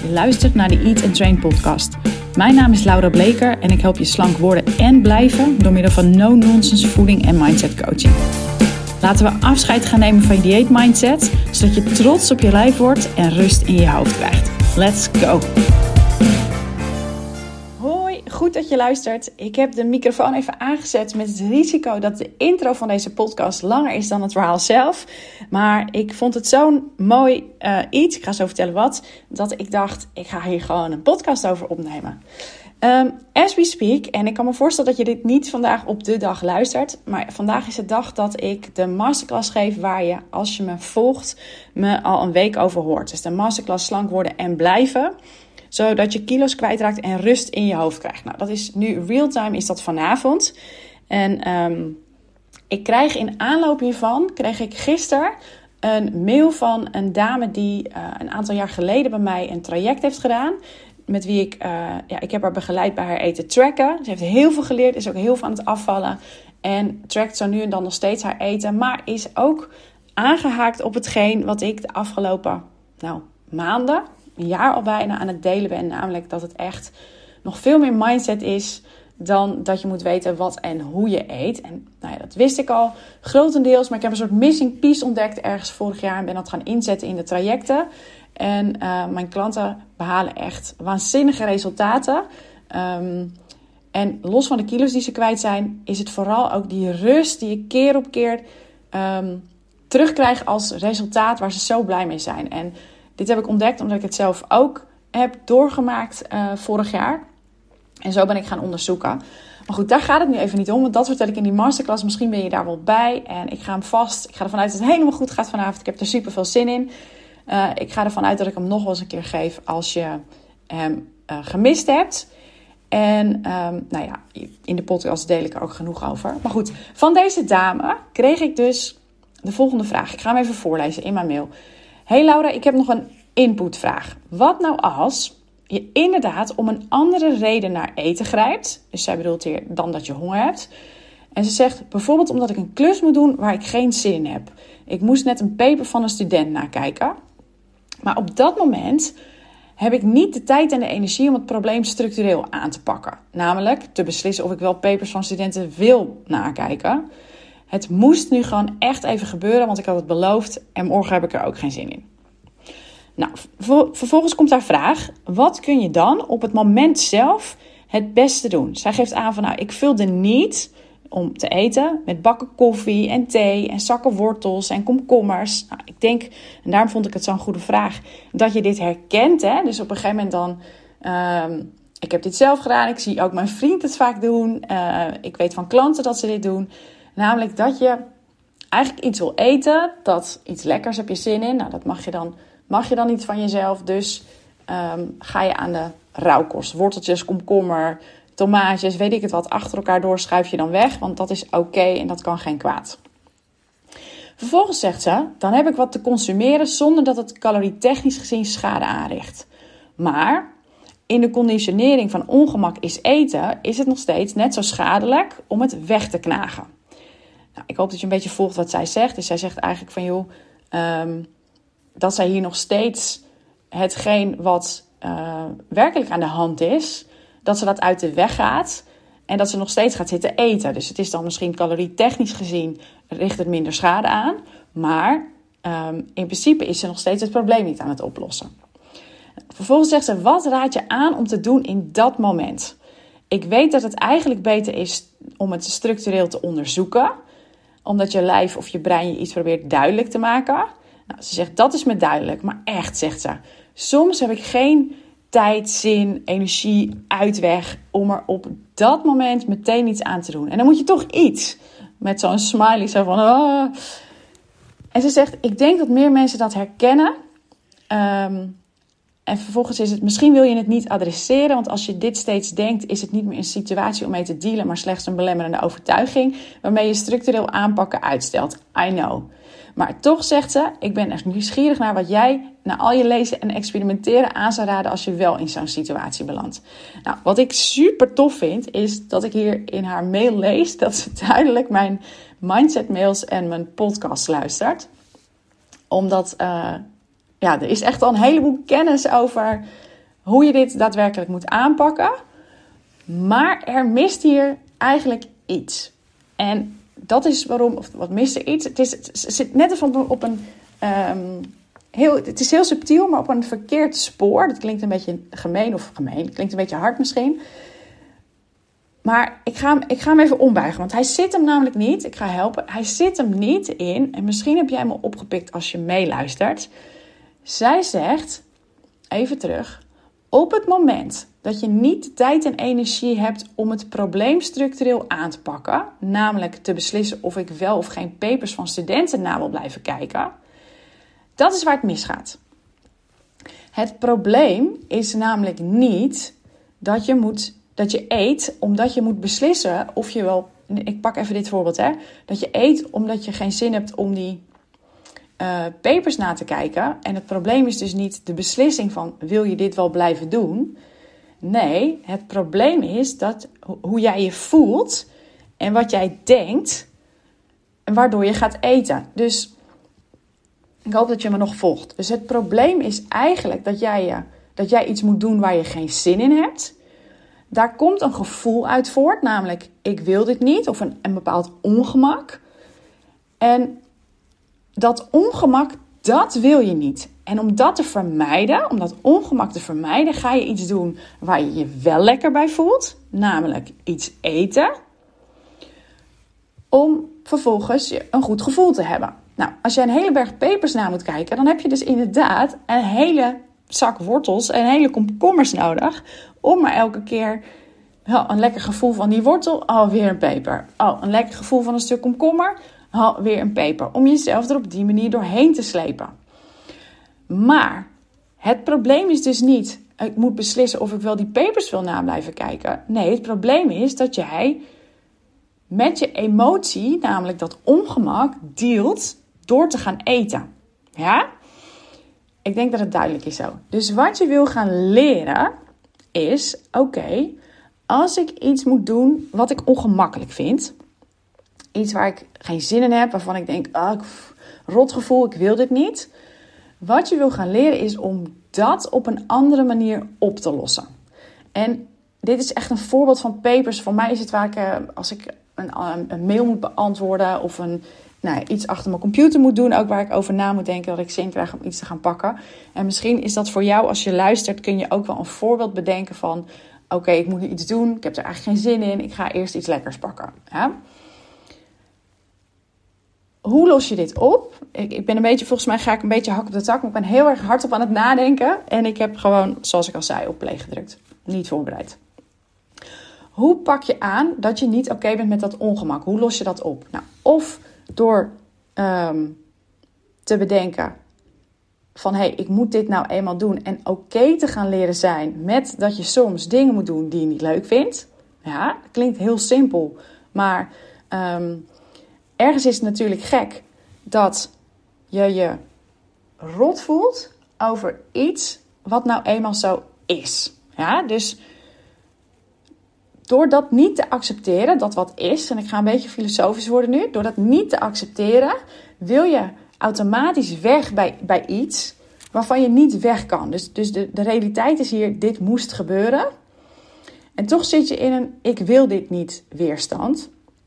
Je luistert naar de Eat & Train podcast. Mijn naam is Laura Bleker en ik help je slank worden en blijven door middel van no-nonsense voeding en mindset coaching. Laten we afscheid gaan nemen van je dieetmindset, zodat je trots op je lijf wordt en rust in je hoofd krijgt. Let's go! Hoi, goed dat je luistert. Ik heb de microfoon even aangezet met het risico dat de intro van deze podcast langer is dan het verhaal zelf. Maar ik vond het zo'n mooi iets, ik ga zo vertellen wat, dat ik dacht, ik ga hier gewoon een podcast over opnemen. As we speak, en ik kan me voorstellen dat je dit niet vandaag op de dag luistert, maar vandaag is de dag dat ik de masterclass geef waar je, als je me volgt, me al een week over hoort. Dus de masterclass slank worden en blijven, zodat je kilo's kwijtraakt en rust in je hoofd krijgt. Nou, dat is nu real-time, is dat vanavond. En ik krijg in aanloop hiervan, gisteren een mail van een dame die een aantal jaar geleden bij mij een traject heeft gedaan. Met wie ik heb haar begeleid bij haar eten tracken. Ze heeft heel veel geleerd, is ook heel veel aan het afvallen. En trackt zo nu en dan nog steeds haar eten. Maar is ook aangehaakt op hetgeen wat ik de afgelopen maanden, een jaar al bijna aan het delen ben. Namelijk dat het echt nog veel meer mindset is dan dat je moet weten wat en hoe je eet. En dat wist ik al grotendeels. Maar ik heb een soort missing piece ontdekt ergens vorig jaar. En ben dat gaan inzetten in de trajecten. En mijn klanten behalen echt waanzinnige resultaten. En los van de kilo's die ze kwijt zijn, is het vooral ook die rust die je keer op keer terugkrijgt als resultaat waar ze zo blij mee zijn. En dit heb ik ontdekt omdat ik het zelf ook heb doorgemaakt vorig jaar. En zo ben ik gaan onderzoeken. Maar goed, daar gaat het nu even niet om. Want dat vertel ik in die masterclass. Misschien ben je daar wel bij. En ik ga ervan uit dat het helemaal goed gaat vanavond. Ik heb er super veel zin in. Ik ga ervan uit dat ik hem nog wel eens een keer geef als je hem gemist hebt. En in de podcast deel ik er ook genoeg over. Maar goed, van deze dame kreeg ik dus de volgende vraag. Ik ga hem even voorlezen in mijn mail. Hey Laura, ik heb nog een inputvraag. Wat nou als je inderdaad om een andere reden naar eten grijpt? Dus zij bedoelt hier dan dat je honger hebt. En ze zegt bijvoorbeeld omdat ik een klus moet doen waar ik geen zin in heb. Ik moest net een paper van een student nakijken. Maar op dat moment heb ik niet de tijd en de energie om het probleem structureel aan te pakken. Namelijk te beslissen of ik wel papers van studenten wil nakijken. Het moest nu gewoon echt even gebeuren, want ik had het beloofd en morgen heb ik er ook geen zin in. Nou, vervolgens komt haar vraag, wat kun je dan op het moment zelf het beste doen? Zij geeft aan van, ik vul de need om te eten met bakken koffie en thee en zakken wortels en komkommers. Nou, ik denk, en daarom vond ik het zo'n goede vraag, dat je dit herkent. Hè? Dus op een gegeven moment dan, ik heb dit zelf gedaan, ik zie ook mijn vriend het vaak doen. Ik weet van klanten dat ze dit doen. Namelijk dat je eigenlijk iets wil eten, dat iets lekkers heb je zin in. Nou, dat mag je dan niet van jezelf. Dus ga je aan de rauwkost, worteltjes, komkommer, tomaatjes, weet ik het wat, achter elkaar door schuif je dan weg. Want dat is oké en dat kan geen kwaad. Vervolgens zegt ze, dan heb ik wat te consumeren zonder dat het calorietechnisch gezien schade aanricht. Maar in de conditionering van ongemak is eten, is het nog steeds net zo schadelijk om het weg te knagen. Nou, ik hoop dat je een beetje volgt wat zij zegt. Dus zij zegt eigenlijk van dat zij hier nog steeds hetgeen wat werkelijk aan de hand is, dat ze dat uit de weg gaat en dat ze nog steeds gaat zitten eten. Dus het is dan misschien calorietechnisch gezien, richt het minder schade aan. Maar in principe is ze nog steeds het probleem niet aan het oplossen. Vervolgens zegt ze, wat raad je aan om te doen in dat moment? Ik weet dat het eigenlijk beter is om het structureel te onderzoeken, omdat je lijf of je brein je iets probeert duidelijk te maken. Nou, ze zegt, dat is me duidelijk. Maar echt, zegt ze, soms heb ik geen tijd, zin, energie, uitweg om er op dat moment meteen iets aan te doen. En dan moet je toch iets. Met zo'n smiley zo van... Oh. En ze zegt, ik denk dat meer mensen dat herkennen. En vervolgens is het, misschien wil je het niet adresseren. Want als je dit steeds denkt, is het niet meer een situatie om mee te dealen, maar slechts een belemmerende overtuiging waarmee je structureel aanpakken uitstelt. I know. Maar toch zegt ze, ik ben echt nieuwsgierig naar wat jij na al je lezen en experimenteren aan zou raden als je wel in zo'n situatie belandt. Nou, wat ik super tof vind, is dat ik hier in haar mail lees dat ze duidelijk mijn mindset mails en mijn podcast luistert. Omdat er is echt al een heleboel kennis over hoe je dit daadwerkelijk moet aanpakken. Maar er mist hier eigenlijk iets. En dat is waarom, of wat mist er iets? Het zit net even op een... het is heel subtiel, maar op een verkeerd spoor. Dat klinkt een beetje gemeen. Klinkt een beetje hard misschien. Maar ik ga hem even ombuigen. Want hij zit hem namelijk niet. Ik ga helpen. Hij zit hem niet in. En misschien heb jij hem al opgepikt als je meeluistert. Zij zegt, even terug. Op het moment dat je niet de tijd en energie hebt om het probleem structureel aan te pakken. Namelijk te beslissen of ik wel of geen papers van studenten na wil blijven kijken. Dat is waar het misgaat. Het probleem is namelijk niet dat je eet omdat je moet beslissen of je wel... Ik pak even dit voorbeeld, hè. Dat je eet omdat je geen zin hebt om die papers na te kijken. En het probleem is dus niet de beslissing van wil je dit wel blijven doen? Nee, het probleem is dat hoe jij je voelt en wat jij denkt en waardoor je gaat eten. Dus ik hoop dat je me nog volgt. Dus het probleem is eigenlijk dat jij iets moet doen waar je geen zin in hebt. Daar komt een gevoel uit voort, namelijk ik wil dit niet of een bepaald ongemak. En dat ongemak, dat wil je niet. En om dat te vermijden, om dat ongemak te vermijden, ga je iets doen waar je je wel lekker bij voelt. Namelijk iets eten. Om vervolgens een goed gevoel te hebben. Nou, als je een hele berg pepers na moet kijken, dan heb je dus inderdaad een hele zak wortels en een hele komkommers nodig. Om maar elke keer een lekker gevoel van die wortel, oh weer een peper. Oh, een lekker gevoel van een stuk komkommer, oh weer een peper. Om jezelf er op die manier doorheen te slepen. Maar het probleem is dus niet, ik moet beslissen of ik wel die pepers wil na blijven kijken. Nee, het probleem is dat jij met je emotie, namelijk dat ongemak, dealt door te gaan eten. Ja? Ik denk dat het duidelijk is zo. Dus wat je wil gaan leren is, oké, als ik iets moet doen wat ik ongemakkelijk vind, iets waar ik geen zin in heb, waarvan ik denk, rotgevoel, ik wil dit niet. Wat je wil gaan leren is om dat op een andere manier op te lossen. En dit is echt een voorbeeld van papers. Voor mij is het waar ik, als ik een mail moet beantwoorden of iets achter mijn computer moet doen, ook waar ik over na moet denken, dat ik zin krijg om iets te gaan pakken. En misschien is dat voor jou, als je luistert, kun je ook wel een voorbeeld bedenken van, oké, ik moet nu iets doen, ik heb er eigenlijk geen zin in, ik ga eerst iets lekkers pakken. Ja? Hoe los je dit op? Ik ben volgens mij ga ik een beetje hak op de tak, maar ik ben heel erg hardop aan het nadenken. En ik heb gewoon, zoals ik al zei, op play gedrukt. Niet voorbereid. Hoe pak je aan dat je niet oké bent met dat ongemak? Hoe los je dat op? Nou, of door te bedenken van, ik moet dit nou eenmaal doen. En oké te gaan leren zijn met dat je soms dingen moet doen die je niet leuk vindt. Ja, dat klinkt heel simpel, maar ergens is het natuurlijk gek dat je je rot voelt over iets wat nou eenmaal zo is. Ja, dus door dat niet te accepteren, dat wat is, en ik ga een beetje filosofisch worden nu, door dat niet te accepteren, wil je automatisch weg bij iets waarvan je niet weg kan. Dus de realiteit is hier, dit moest gebeuren. En toch zit je in een ik wil dit niet weerstand.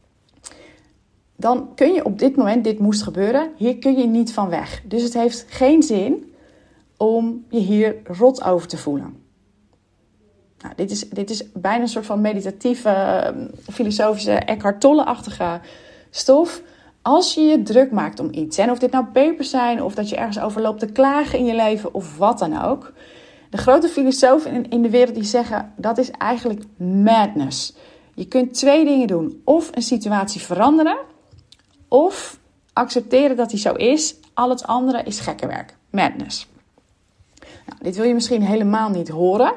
Dan kun je op dit moment, dit moest gebeuren, hier kun je niet van weg. Dus het heeft geen zin om je hier rot over te voelen. Nou, dit is bijna een soort van meditatieve, filosofische, Eckhart Tolle-achtige stof. Als je je druk maakt om iets, en of dit nou papers zijn, of dat je ergens over loopt te klagen in je leven, of wat dan ook. De grote filosofen in de wereld die zeggen, dat is eigenlijk madness. Je kunt 2 dingen doen. Of een situatie veranderen, of accepteren dat die zo is. Al het andere is gekkenwerk. Madness. Nou, dit wil je misschien helemaal niet horen.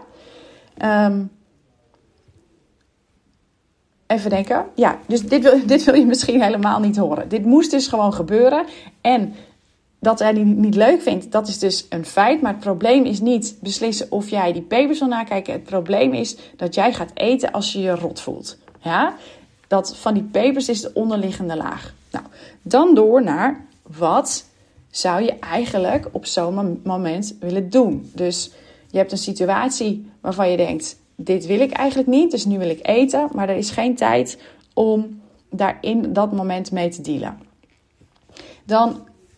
Even denken. Ja, dus dit wil je misschien helemaal niet horen. Dit moest dus gewoon gebeuren. En dat hij die niet leuk vindt, dat is dus een feit. Maar het probleem is niet beslissen of jij die papers wil nakijken. Het probleem is dat jij gaat eten als je je rot voelt. Ja? Dat van die papers is de onderliggende laag. Nou, dan door naar wat zou je eigenlijk op zo'n moment willen doen. Dus Je hebt een situatie waarvan je denkt, dit wil ik eigenlijk niet, dus nu wil ik eten. Maar er is geen tijd om daar in dat moment mee te dealen. Dan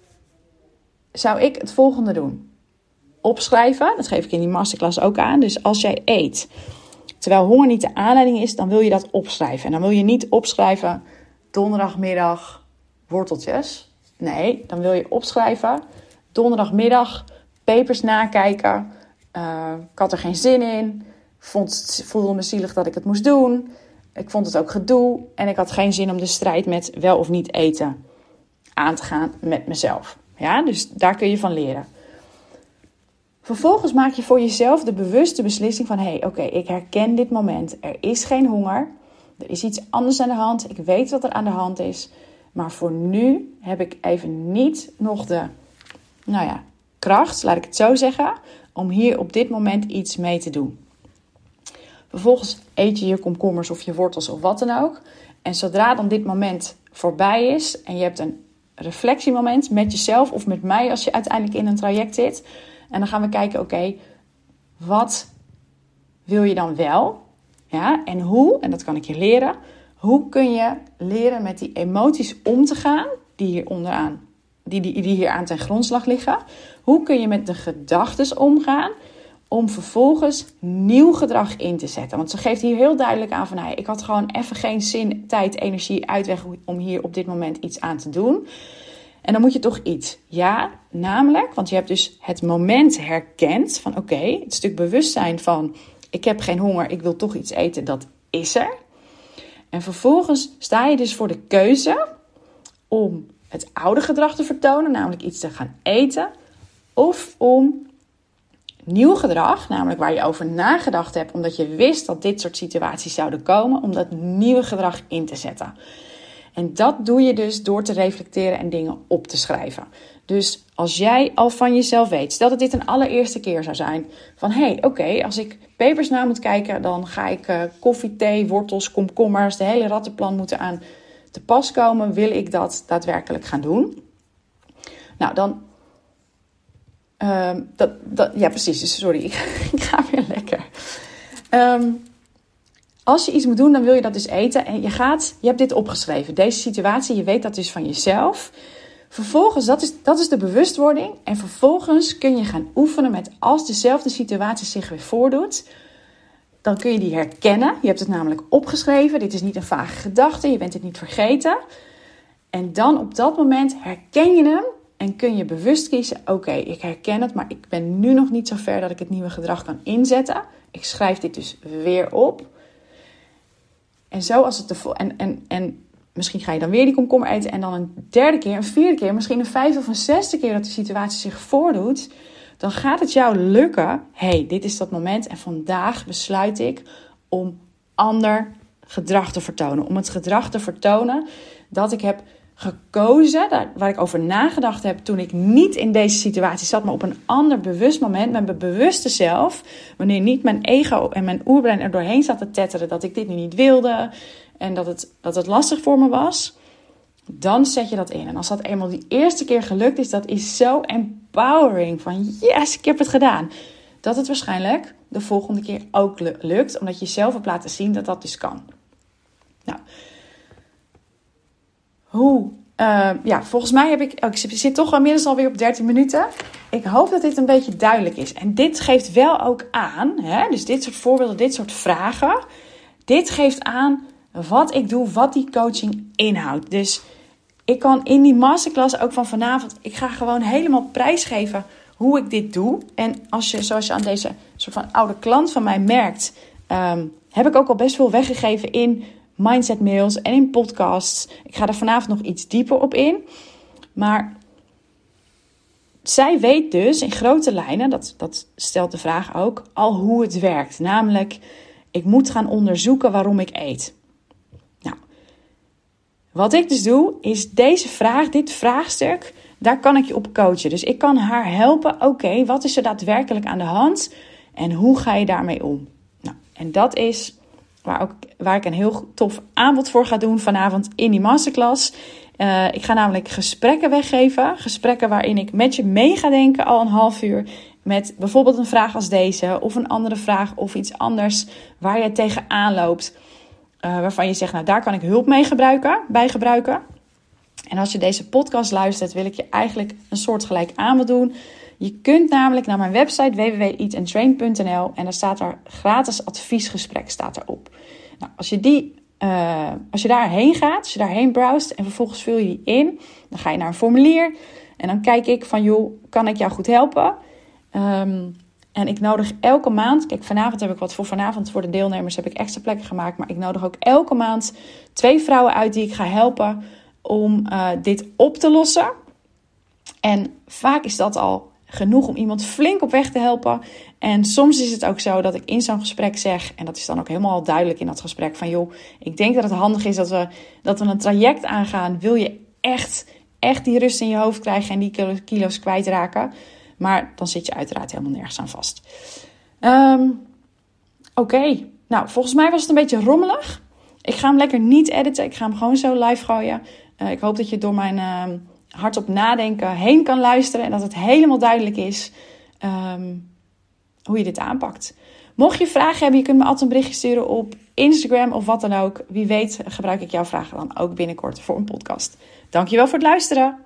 zou ik het volgende doen. Opschrijven, dat geef ik in die masterclass ook aan. Dus als jij eet, terwijl honger niet de aanleiding is, dan wil je dat opschrijven. En dan wil je niet opschrijven, donderdagmiddag worteltjes. Nee, dan wil je opschrijven, donderdagmiddag pepers nakijken. Ik had er geen zin in. Voelde me zielig dat ik het moest doen. Ik vond het ook gedoe. En ik had geen zin om de strijd met wel of niet eten aan te gaan met mezelf. Ja, dus daar kun je van leren. Vervolgens maak je voor jezelf de bewuste beslissing van... Oké, ik herken dit moment. Er is geen honger. Er is iets anders aan de hand. Ik weet wat er aan de hand is. Maar voor nu heb ik even niet nog de kracht, laat ik het zo zeggen... om hier op dit moment iets mee te doen. Vervolgens eet je je komkommers of je wortels of wat dan ook. En zodra dan dit moment voorbij is... en je hebt een reflectiemoment met jezelf of met mij... als je uiteindelijk in een traject zit... en dan gaan we kijken, oké, wat wil je dan wel? Ja, en hoe, en dat kan ik je leren... hoe kun je leren met die emoties om te gaan... die hier aan ten grondslag liggen? Hoe kun je met de gedachtes omgaan... om vervolgens nieuw gedrag in te zetten? Want ze geeft hier heel duidelijk aan van... ik had gewoon even geen zin, tijd, energie, uitweg... om hier op dit moment iets aan te doen... En dan moet je toch iets. Ja, namelijk, want je hebt dus het moment herkend van oké, het stuk bewustzijn van ik heb geen honger, ik wil toch iets eten, dat is er. En vervolgens sta je dus voor de keuze om het oude gedrag te vertonen, namelijk iets te gaan eten. Of om nieuw gedrag, namelijk waar je over nagedacht hebt, omdat je wist dat dit soort situaties zouden komen, om dat nieuwe gedrag in te zetten. En dat doe je dus door te reflecteren en dingen op te schrijven. Dus als jij al van jezelf weet, stel dat dit een allereerste keer zou zijn. Van oké, als ik pepers na moet kijken, dan ga ik koffie, thee, wortels, komkommers, de hele rattenplan moeten aan te pas komen. Wil ik dat daadwerkelijk gaan doen? Nou, dan... ja, precies. Dus sorry, ik ga weer lekker. Als je iets moet doen, dan wil je dat dus eten. En je hebt dit opgeschreven. Deze situatie, je weet dat dus van jezelf. Vervolgens, dat is de bewustwording. En vervolgens kun je gaan oefenen met als dezelfde situatie zich weer voordoet. Dan kun je die herkennen. Je hebt het namelijk opgeschreven. Dit is niet een vage gedachte. Je bent het niet vergeten. En dan op dat moment herken je hem. En kun je bewust kiezen. Oké, ik herken het. Maar ik ben nu nog niet zo ver dat ik het nieuwe gedrag kan inzetten. Ik schrijf dit dus weer op. En zo als het en misschien ga je dan weer die komkommer eten. En dan een derde keer, een vierde keer, misschien een vijfde of een zesde keer dat de situatie zich voordoet. Dan gaat het jou lukken. Dit is dat moment. En vandaag besluit ik om ander gedrag te vertonen. Om het gedrag te vertonen dat ik heb gekozen. Waar ik over nagedacht heb toen ik niet in deze situatie zat. Maar op een ander bewust moment. Met mijn bewuste zelf. Wanneer niet mijn ego en mijn oerbrein er doorheen zat te tetteren. Dat ik dit nu niet wilde. En dat het lastig voor me was. Dan zet je dat in. En als dat eenmaal die eerste keer gelukt is. Dat is zo empowering. Van yes, ik heb het gedaan. Dat het waarschijnlijk de volgende keer ook lukt. Omdat je zelf hebt laten zien dat dat dus kan. Nou. Volgens mij ik zit toch inmiddels alweer op 13 minuten. Ik hoop dat dit een beetje duidelijk is. En dit geeft wel ook aan, dus dit soort voorbeelden, dit soort vragen. Dit geeft aan wat ik doe, wat die coaching inhoudt. Dus ik kan in die masterclass ook van vanavond, ik ga gewoon helemaal prijsgeven hoe ik dit doe. En zoals je aan deze soort van oude klant van mij merkt, heb ik ook al best veel weggegeven in mindset mails en in podcasts. Ik ga er vanavond nog iets dieper op in. Maar zij weet dus in grote lijnen, dat stelt de vraag ook, al hoe het werkt. Namelijk, ik moet gaan onderzoeken waarom ik eet. Nou, wat ik dus doe, is deze vraag, dit vraagstuk, daar kan ik je op coachen. Dus ik kan haar helpen, oké, wat is er daadwerkelijk aan de hand? En hoe ga je daarmee om? Nou, en dat is waar ik een heel tof aanbod voor ga doen vanavond in die masterclass. Ik ga namelijk gesprekken weggeven. Gesprekken waarin ik met je mee ga denken al een half uur. met bijvoorbeeld een vraag als deze of een andere vraag of iets anders waar je tegenaan loopt, waarvan je zegt, nou daar kan ik hulp bij gebruiken. En als je deze podcast luistert, wil ik je eigenlijk een soortgelijk aanbod doen. Je kunt namelijk naar mijn website www.eatandtrain.nl en daar staat er gratis adviesgesprek staat erop. Nou, als je daarheen gaat, als je daarheen browst en vervolgens vul je die in, dan ga je naar een formulier en dan kijk ik van, joh, kan ik jou goed helpen? En ik nodig elke maand, kijk, vanavond heb ik wat voor de deelnemers heb ik extra plekken gemaakt, maar ik nodig ook elke maand 2 vrouwen uit die ik ga helpen om dit op te lossen. En vaak is dat al genoeg om iemand flink op weg te helpen. En soms is het ook zo dat ik in zo'n gesprek zeg, en dat is dan ook helemaal duidelijk in dat gesprek, van joh, ik denk dat het handig is dat we een traject aangaan. Wil je echt die rust in je hoofd krijgen en die kilo's kwijtraken? Maar dan zit je uiteraard helemaal nergens aan vast. Oké. Nou, volgens mij was het een beetje rommelig. Ik ga hem lekker niet editen. Ik ga hem gewoon zo live gooien. Ik hoop dat je door mijn hardop nadenken heen kan luisteren. En dat het helemaal duidelijk is hoe je dit aanpakt. Mocht je vragen hebben, je kunt me altijd een berichtje sturen op Instagram of wat dan ook. Wie weet gebruik ik jouw vragen dan ook binnenkort voor een podcast. Dankjewel voor het luisteren.